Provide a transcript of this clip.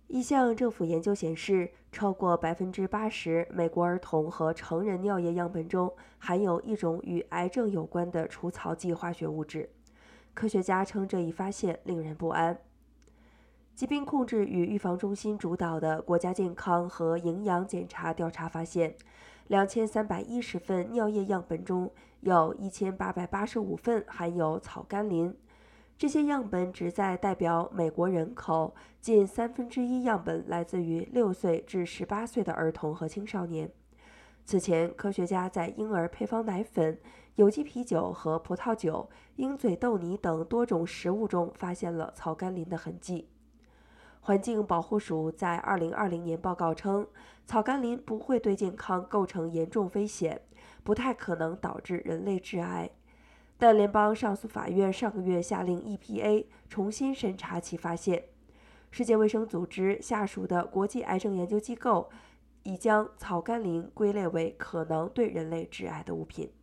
一项政府研究显示，超过80%美国儿童和成人尿液样本中含有一种与癌症有关的除草剂化学物质。科学家称这一发现令人不安。疾病控制与预防中心主导的国家健康和营养检查调查发现，2310份尿液样本中有1885份含有草甘膦。这些样本旨在代表美国人口，近1/3样本来自于6岁至18岁的儿童和青少年。此前，科学家在婴儿配方奶粉、有机啤酒和葡萄酒、鹰嘴豆泥等多种食物中发现了草甘膦的痕迹。环境保护署在2020年报告称，草甘膦不会对健康构成严重危险，不太可能导致人类致癌。但联邦上诉法院上个月下令 EPA 重新审查其发现。世界卫生组织下属的国际癌症研究机构已将草甘膦归类为可能对人类致癌的物品。